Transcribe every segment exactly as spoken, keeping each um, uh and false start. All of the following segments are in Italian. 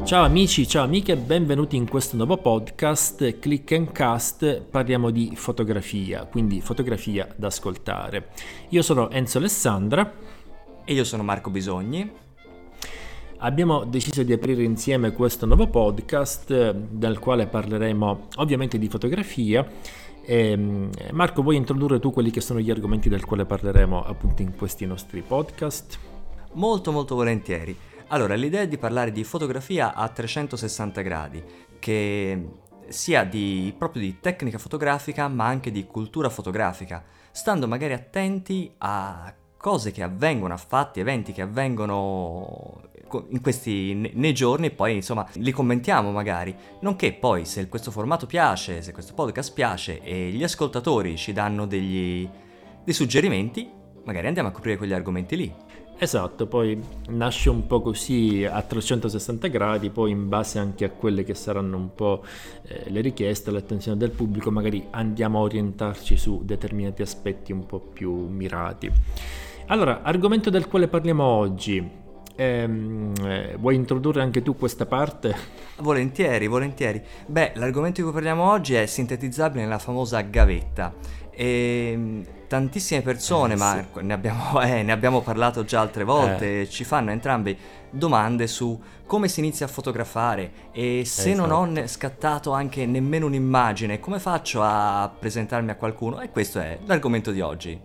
Ciao amici, ciao amiche, benvenuti in questo nuovo podcast Click and Cast. Parliamo di fotografia, quindi fotografia da ascoltare. Io sono Enzo Alessandra e io sono Marco Bisogni. Abbiamo deciso di aprire insieme questo nuovo podcast dal quale parleremo ovviamente di fotografia. E, Marco, vuoi introdurre tu quelli che sono gli argomenti del quale parleremo appunto in questi nostri podcast? Molto molto volentieri. Allora, l'idea è di parlare di fotografia a trecentosessanta gradi, che sia di, proprio di tecnica fotografica, ma anche di cultura fotografica, stando magari attenti a cose che avvengono, a fatti, eventi che avvengono in questi, nei giorni, e poi insomma li commentiamo magari, nonché poi se questo formato piace, se questo podcast piace e gli ascoltatori ci danno degli, dei suggerimenti, magari andiamo a coprire quegli argomenti lì. Esatto, poi nasce un po' così a trecentosessanta gradi, poi in base anche a quelle che saranno un po' eh, le richieste, l'attenzione del pubblico, magari andiamo a orientarci su determinati aspetti un po' più mirati. Allora, argomento del quale parliamo oggi, ehm, eh, vuoi introdurre anche tu questa parte? Volentieri, volentieri. Beh, l'argomento di cui parliamo oggi è sintetizzabile nella famosa gavetta. E tantissime persone, eh, ma sì. ne, abbiamo, eh, ne abbiamo parlato già altre volte, eh. ci fanno entrambi domande su come si inizia a fotografare e se esatto. non ho ne- scattato anche nemmeno un'immagine, come faccio a presentarmi a qualcuno? E questo è l'argomento di oggi.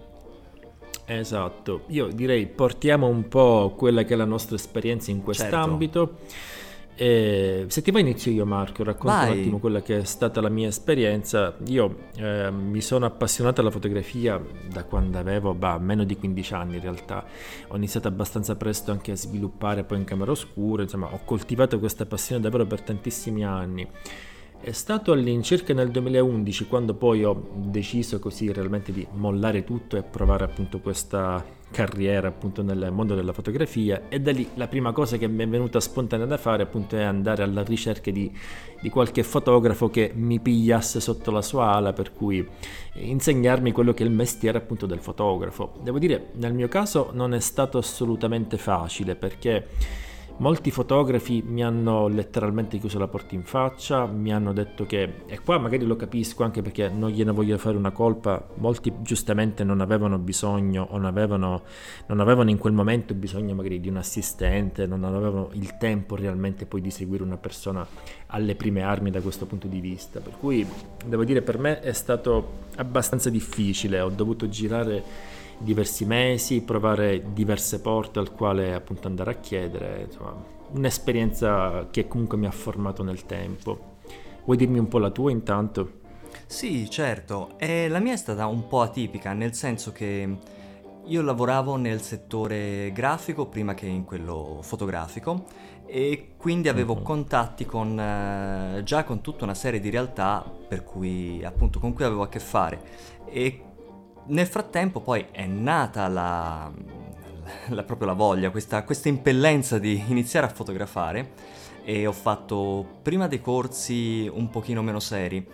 Esatto, io direi portiamo un po' quella che è la nostra esperienza in quest'ambito. Certo. E se ti va inizio io, Marco, racconto Vai. un attimo quella che è stata la mia esperienza. Io eh, mi sono appassionato alla fotografia da quando avevo bah, meno di quindici anni in realtà. Ho iniziato abbastanza presto anche a sviluppare poi in camera oscura, insomma ho coltivato questa passione davvero per tantissimi anni. È stato all'incirca nel duemilaundici quando poi ho deciso così realmente di mollare tutto e provare appunto questa carriera appunto nel mondo della fotografia, e da lì la prima cosa che mi è venuta spontanea da fare appunto è andare alla ricerca di, di qualche fotografo che mi pigliasse sotto la sua ala, per cui insegnarmi quello che è il mestiere appunto del fotografo. Devo dire, nel mio caso non è stato assolutamente facile, perché molti fotografi mi hanno letteralmente chiuso la porta in faccia, mi hanno detto che, e qua magari lo capisco anche perché non gliene voglio fare una colpa, molti giustamente non avevano bisogno o non avevano, non avevano in quel momento bisogno magari di un assistente, non avevano il tempo realmente poi di seguire una persona alle prime armi da questo punto di vista, per cui devo dire per me è stato abbastanza difficile, ho dovuto girare diversi mesi, provare diverse porte al quale appunto andare a chiedere, insomma un'esperienza che comunque mi ha formato nel tempo. Vuoi dirmi un po' la tua intanto? Sì, certo, e la mia è stata un po' atipica, nel senso che io lavoravo nel settore grafico prima che in quello fotografico e quindi avevo mm-hmm. contatti con eh, già con tutta una serie di realtà per cui appunto con cui avevo a che fare, e nel frattempo poi è nata la, la proprio la voglia, questa, questa impellenza di iniziare a fotografare, e ho fatto prima dei corsi un pochino meno seri,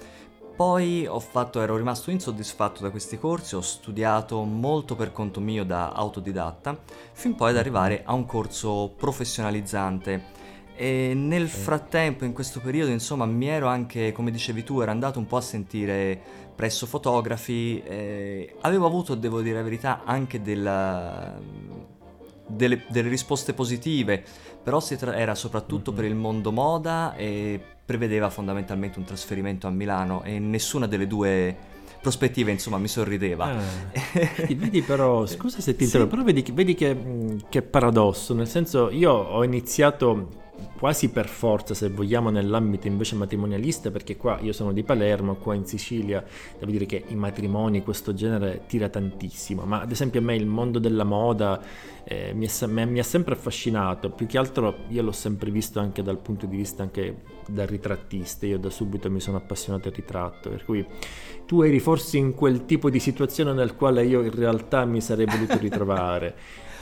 poi ho fatto, ero rimasto insoddisfatto da questi corsi, ho studiato molto per conto mio da autodidatta, fin poi ad arrivare a un corso professionalizzante. E nel frattempo, in questo periodo, insomma, mi ero anche, come dicevi tu, ero andato un po' a sentire presso fotografi, eh, avevo avuto, devo dire la verità, anche della, delle, delle risposte positive, però si tra- era soprattutto mm-hmm. per il mondo moda e prevedeva fondamentalmente un trasferimento a Milano, e nessuna delle due prospettive insomma mi sorrideva. Ah, vedi, vedi però, scusa se ti interrompo, sì. Però vedi, vedi che, che paradosso, nel senso io ho iniziato quasi per forza, se vogliamo, nell'ambito invece matrimonialista, perché qua io sono di Palermo, qua in Sicilia devo dire che i matrimoni questo genere tira tantissimo, ma ad esempio a me il mondo della moda eh, mi, è, mi ha sempre affascinato, più che altro io l'ho sempre visto anche dal punto di vista anche da ritrattista, io da subito mi sono appassionato al ritratto, per cui tu eri forse in quel tipo di situazione nel quale io in realtà mi sarei voluto ritrovare.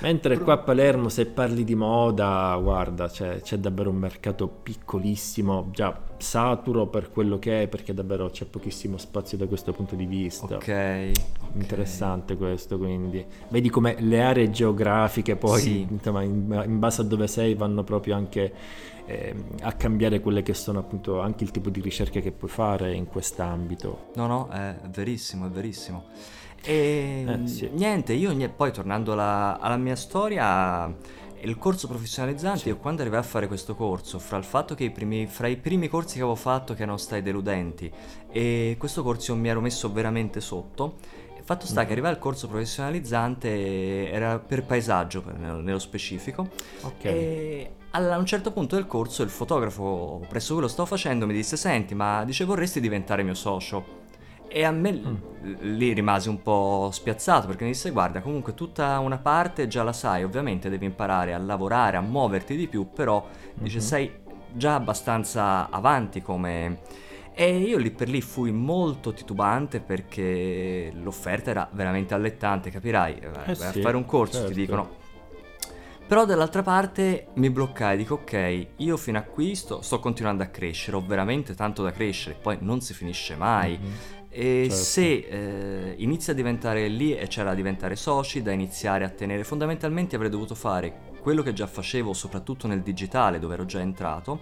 Mentre qua a Palermo, se parli di moda, guarda, c'è, c'è davvero un mercato piccolissimo, già saturo per quello che è, perché davvero c'è pochissimo spazio da questo punto di vista. Ok. Interessante okay. questo, quindi. Vedi come le aree geografiche poi, sì. insomma, in, in base a dove sei, vanno proprio anche eh, a cambiare quelle che sono appunto anche il tipo di ricerche che puoi fare in quest'ambito. No, no, è verissimo, è verissimo. E eh, sì. niente, io poi tornando alla, alla mia storia, il corso professionalizzante, sì. io quando arrivai a fare questo corso, fra il fatto che i primi, fra i primi corsi che avevo fatto che erano stati deludenti e questo corso mi ero messo veramente sotto, il fatto sta mm. che arrivai al corso professionalizzante era per paesaggio per, nello specifico, okay. e a un certo punto del corso il fotografo presso cui lo stavo facendo mi disse: senti, ma dice, vorresti diventare mio socio? E a me mm. lì rimasi un po' spiazzato, perché mi disse: guarda, comunque tutta una parte già la sai, ovviamente devi imparare a lavorare, a muoverti di più, però mm-hmm. dice sei già abbastanza avanti come... E io lì per lì fui molto titubante, perché l'offerta era veramente allettante, capirai, eh vai sì, a fare un corso, certo. ti dicono... Però dall'altra parte mi bloccai, dico ok, io fino a qui sto, sto continuando a crescere, ho veramente tanto da crescere, poi non si finisce mai. Mm-hmm. E certo. se eh, inizia a diventare lì e c'era da diventare soci, da iniziare a tenere, fondamentalmente avrei dovuto fare quello che già facevo soprattutto nel digitale, dove ero già entrato,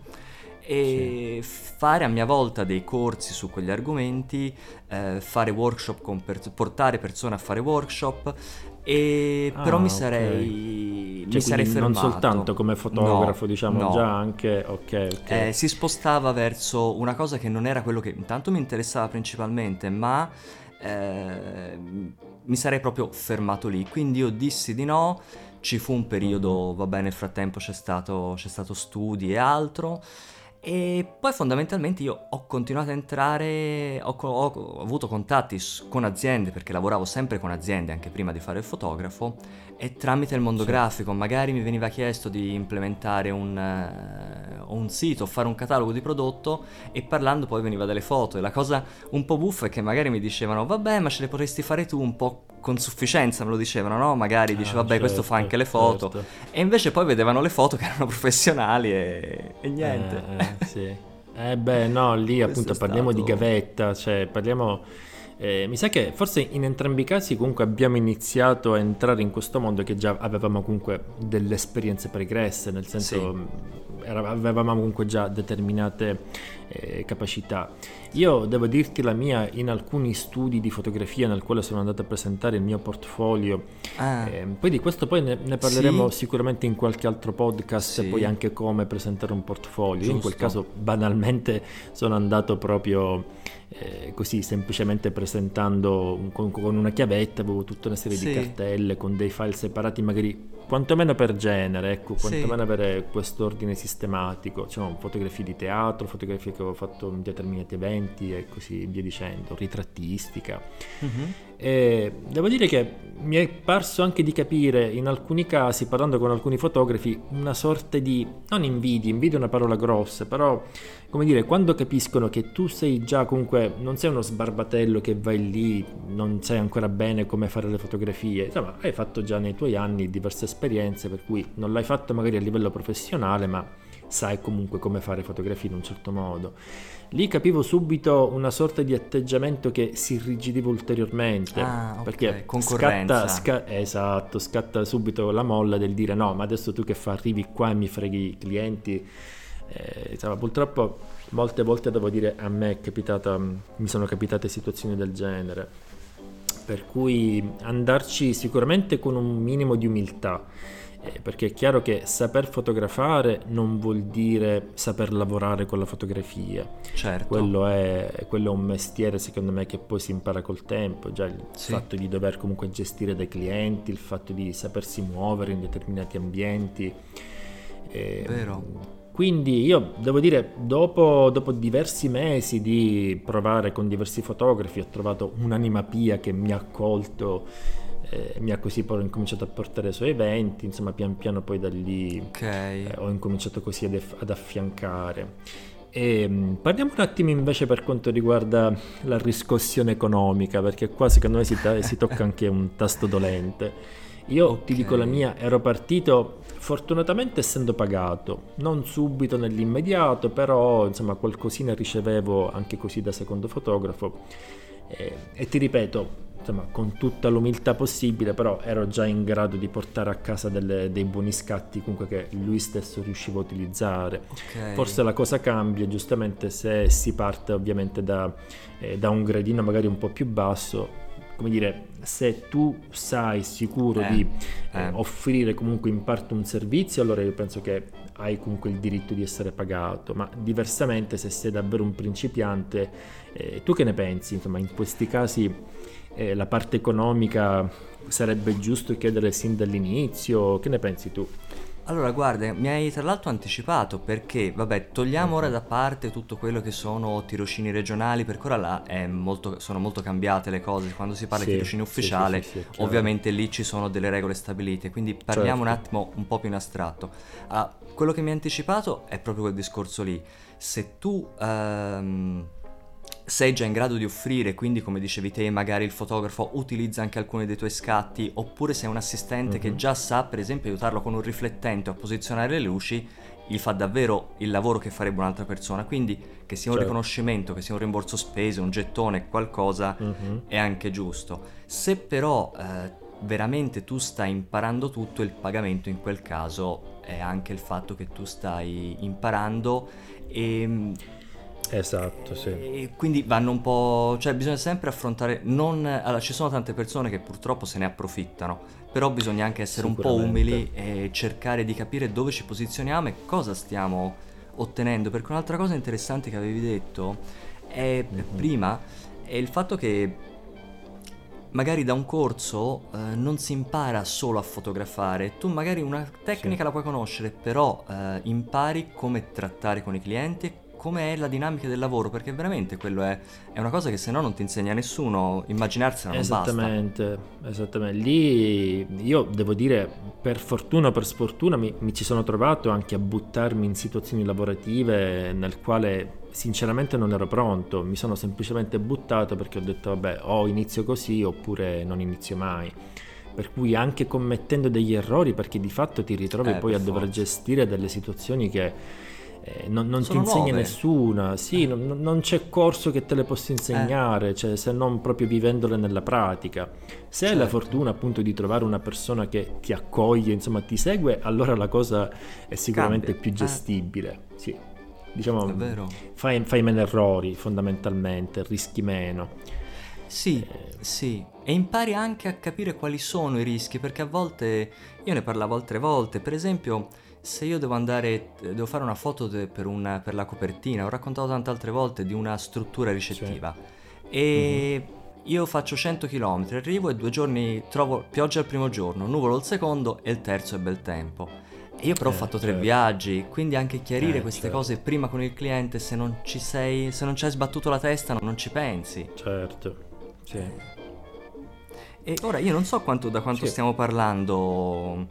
e sì. fare a mia volta dei corsi su quegli argomenti, eh, fare workshop, con per- portare persone a fare workshop, e ah, però mi sarei, okay. mi cioè, sarei fermato. Non soltanto come fotografo, no, diciamo, no. già anche, ok, ok. Eh, si spostava verso una cosa che non era quello che intanto mi interessava principalmente, ma eh, mi sarei proprio fermato lì, quindi io dissi di no. Ci fu un periodo, vabbè, nel frattempo c'è stato, c'è stato studi e altro, e poi fondamentalmente io ho continuato a entrare, ho, ho, ho avuto contatti con aziende, perché lavoravo sempre con aziende anche prima di fare il fotografo, e tramite il mondo sì. grafico magari mi veniva chiesto di implementare un, uh, un sito, fare un catalogo di prodotto, e parlando poi veniva delle foto, e la cosa un po' buffa è che magari mi dicevano vabbè, ma ce le potresti fare tu un po' con sufficienza, me lo dicevano, no? Magari dice ah, vabbè certo, questo fa anche le foto, certo. e invece poi vedevano le foto che erano professionali e, e niente. Eh, eh, sì. eh beh no, lì appunto parliamo stato... di gavetta, cioè parliamo... Eh, mi sa che forse in entrambi i casi comunque abbiamo iniziato a entrare in questo mondo che già avevamo comunque delle esperienze pregresse, nel senso sì. era, avevamo comunque già determinate eh, capacità. Io devo dirti la mia, in alcuni studi di fotografia nel quale sono andato a presentare il mio portfolio, ah. eh, poi di questo poi ne, ne parleremo sì. sicuramente in qualche altro podcast, sì. poi anche come presentare un portfolio. Io in quel caso banalmente sono andato proprio eh, così semplicemente presentando un, con, con una chiavetta, avevo tutta una serie sì. di cartelle con dei file separati magari quantomeno per genere, ecco, quantomeno sì. avere quest'ordine sistematico, cioè fotografie di teatro, fotografie che avevo fatto in determinati eventi e così via dicendo, ritrattistica. Mm-hmm. E devo dire che mi è parso anche di capire in alcuni casi, parlando con alcuni fotografi, una sorta di, non invidia, invidia è una parola grossa, però come dire, quando capiscono che tu sei già comunque, non sei uno sbarbatello che vai lì, non sai ancora bene come fare le fotografie, insomma hai fatto già nei tuoi anni diverse esperienze, per cui non l'hai fatto magari a livello professionale, ma sai comunque come fare fotografie in un certo modo. Lì capivo subito una sorta di atteggiamento che si irrigidiva ulteriormente, ah, okay. perché concorrenza. Scatta, sca- esatto, scatta subito la molla del dire no, ma adesso tu che fa, arrivi qua e mi freghi i clienti. Eh, insomma, purtroppo molte volte devo dire a me è capitata, mi sono capitate situazioni del genere, per cui andarci sicuramente con un minimo di umiltà, eh, perché è chiaro che saper fotografare non vuol dire saper lavorare con la fotografia. Certo. Quello è, quello è un mestiere secondo me che poi si impara col tempo, già il sì. fatto di dover comunque gestire dei clienti, il fatto di sapersi muovere in determinati ambienti. Eh, Vero. Quindi io devo dire, dopo, dopo diversi mesi di provare con diversi fotografi, ho trovato un'anima pia che mi ha accolto, eh, mi ha così poi incominciato a portare ai suoi eventi, insomma pian piano poi da lì okay. eh, ho incominciato così ad, ad affiancare. E mh, parliamo un attimo invece per quanto riguarda la riscossione economica, perché qua secondo me si, ta- si tocca anche un tasto dolente. Io Ok. ti dico la mia, ero partito fortunatamente essendo pagato, non subito nell'immediato, però insomma qualcosina ricevevo anche così da secondo fotografo. E, e ti ripeto, insomma, con tutta l'umiltà possibile, però ero già in grado di portare a casa delle- dei buoni scatti comunque che lui stesso riusciva a utilizzare. Ok. Forse la cosa cambia giustamente se si parte ovviamente da, eh, da un gradino magari un po' più basso. Come dire, se tu sai sicuro Eh, di eh, eh. offrire comunque in parte un servizio, allora io penso che hai comunque il diritto di essere pagato, ma diversamente se sei davvero un principiante, eh, tu che ne pensi? Insomma, in questi casi eh, la parte economica sarebbe giusto chiedere sin dall'inizio, che ne pensi tu? Allora, guarda, mi hai tra l'altro anticipato perché, vabbè, togliamo ora da parte tutto quello che sono tirocini regionali, perché ora là è molto, sono molto cambiate le cose. Quando si parla Sì, di tirocinio sì, sì, ufficiale, sì, sì, è chiaro. ovviamente lì ci sono delle regole stabilite, quindi parliamo un Certo. attimo un po' più in astratto. Ah, quello che mi hai anticipato è proprio quel discorso lì. Se tu ehm, sei già in grado di offrire, quindi come dicevi te, magari il fotografo utilizza anche alcuni dei tuoi scatti, oppure sei un assistente che Mhm. già sa, per esempio, aiutarlo con un riflettente o a posizionare le luci, gli fa davvero il lavoro che farebbe un'altra persona. Quindi che sia un Certo. riconoscimento, che sia un rimborso spese, un gettone, qualcosa, Mhm. è anche giusto. Se però eh, veramente tu stai imparando tutto, il pagamento in quel caso è anche il fatto che tu stai imparando e, Esatto, sì. e quindi vanno un po', cioè bisogna sempre affrontare, non, allora ci sono tante persone che purtroppo se ne approfittano, però bisogna anche essere un po' Sicuramente. umili e cercare di capire dove ci posizioniamo e cosa stiamo ottenendo, perché un'altra cosa interessante che avevi detto è Mhm. prima è il fatto che magari da un corso eh, non si impara solo a fotografare, tu magari una tecnica Sì. la puoi conoscere, però eh, impari come trattare con i clienti, come è la dinamica del lavoro, perché veramente quello è, è una cosa che se no non ti insegna nessuno, immaginarsela non basta. Esattamente, esattamente. Lì io devo dire, per fortuna o per sfortuna, mi, mi ci sono trovato anche a buttarmi in situazioni lavorative nel quale sinceramente non ero pronto. Mi sono semplicemente buttato perché ho detto, vabbè, o inizio così oppure non inizio mai. Per cui anche commettendo degli errori, perché di fatto ti ritrovi Eh, poi per a dover forza. gestire delle situazioni che eh, non, non ti Sono insegna nuove. nessuna, sì, non, non- non c'è corso che te le possa Eh, insegnare, cioè, se non proprio vivendole nella pratica. Se hai la certo. fortuna appunto di trovare una persona che ti accoglie, insomma ti segue, allora la cosa è sicuramente Cambia. più Eh, gestibile, sì. è Diciamo, vero. fai, fai meno errori fondamentalmente, rischi meno. Sì, Eh, sì, e impari anche a capire quali sono i rischi, perché a volte, io ne parlavo altre volte, per esempio, se io devo andare, eh, devo fare una foto de- per, una- per la copertina, ho raccontato tante altre volte di una struttura sì. ricettiva, Mhm. e io faccio cento chilometri, arrivo e due giorni trovo pioggia il primo giorno, nuvolo il secondo e il terzo è bel tempo. E io però ho Eh, fatto tre certo. viaggi, quindi anche chiarire Eh, queste certo. cose prima con il cliente, se non ci sei, se non ci hai sbattuto la testa, non ci pensi. Certo, sì. E ora io non so quanto, da quanto Sì. stiamo parlando,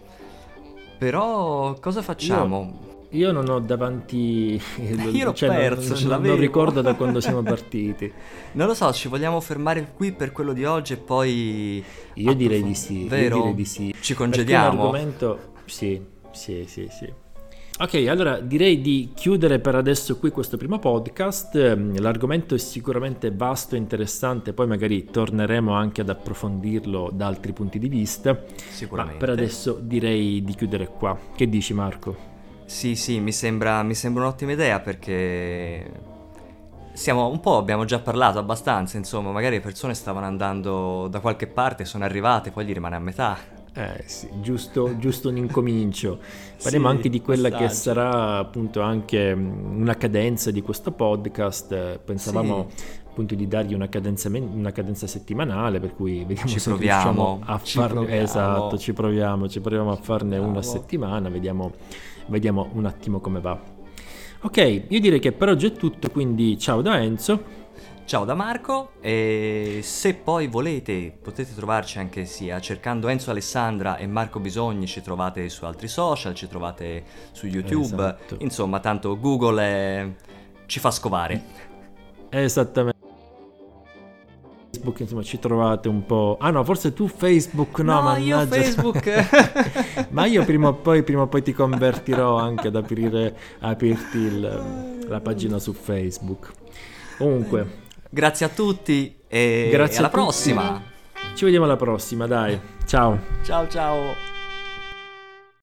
però cosa Io, facciamo? io non ho davanti, Io l'ho cioè non, perso, ce non- non l'avevo. ricordo da quando siamo partiti. Non lo so, ci vogliamo fermare qui per quello di oggi e poi Io direi di approfondire, sì, io vero? direi di sì. Ci Perché un congediamo? argomento... Sì, sì, sì, sì. Ok, allora direi di chiudere per adesso qui questo primo podcast. Ehm, L'argomento è sicuramente vasto e interessante, poi magari torneremo anche ad approfondirlo da altri punti di vista, ma Sicuramente. per adesso direi di chiudere qua. Che dici, Marco? Sì, sì, mi sembra, mi sembra un'ottima idea perché siamo un po', abbiamo già parlato abbastanza, insomma, magari le persone stavano andando da qualche parte, sono arrivate, poi gli rimane a metà. Eh sì, giusto, giusto un incomincio. Parliamo Sì, anche di quella che passaggio. sarà appunto anche mm, una cadenza di questo podcast. Eh, Pensavamo Sì. appunto di dargli una cadenza, men- una cadenza settimanale, per cui vediamo Ci se riusciamo proviamo, a ci farne. proviamo. Esatto, ci proviamo, ci proviamo a farne una a Bravo. settimana, vediamo, vediamo un attimo come va. Ok, io direi che per oggi è tutto, quindi ciao da Enzo. Ciao da Marco e se poi volete potete trovarci anche sia cercando Enzo Alessandra e Marco Bisogni, ci trovate su altri social, ci trovate su YouTube, Esatto. insomma tanto Google è- ci fa scovare. Esattamente. Facebook, insomma ci trovate un po'. Ah no, forse tu Facebook no, no mannaggia. io Facebook. Ma io prima o poi prima o poi ti convertirò anche ad aprire aprirti il, la pagina su Facebook. Comunque grazie a tutti e grazie alla a tutti. prossima. Ci vediamo alla prossima, dai. Ciao. Ciao ciao.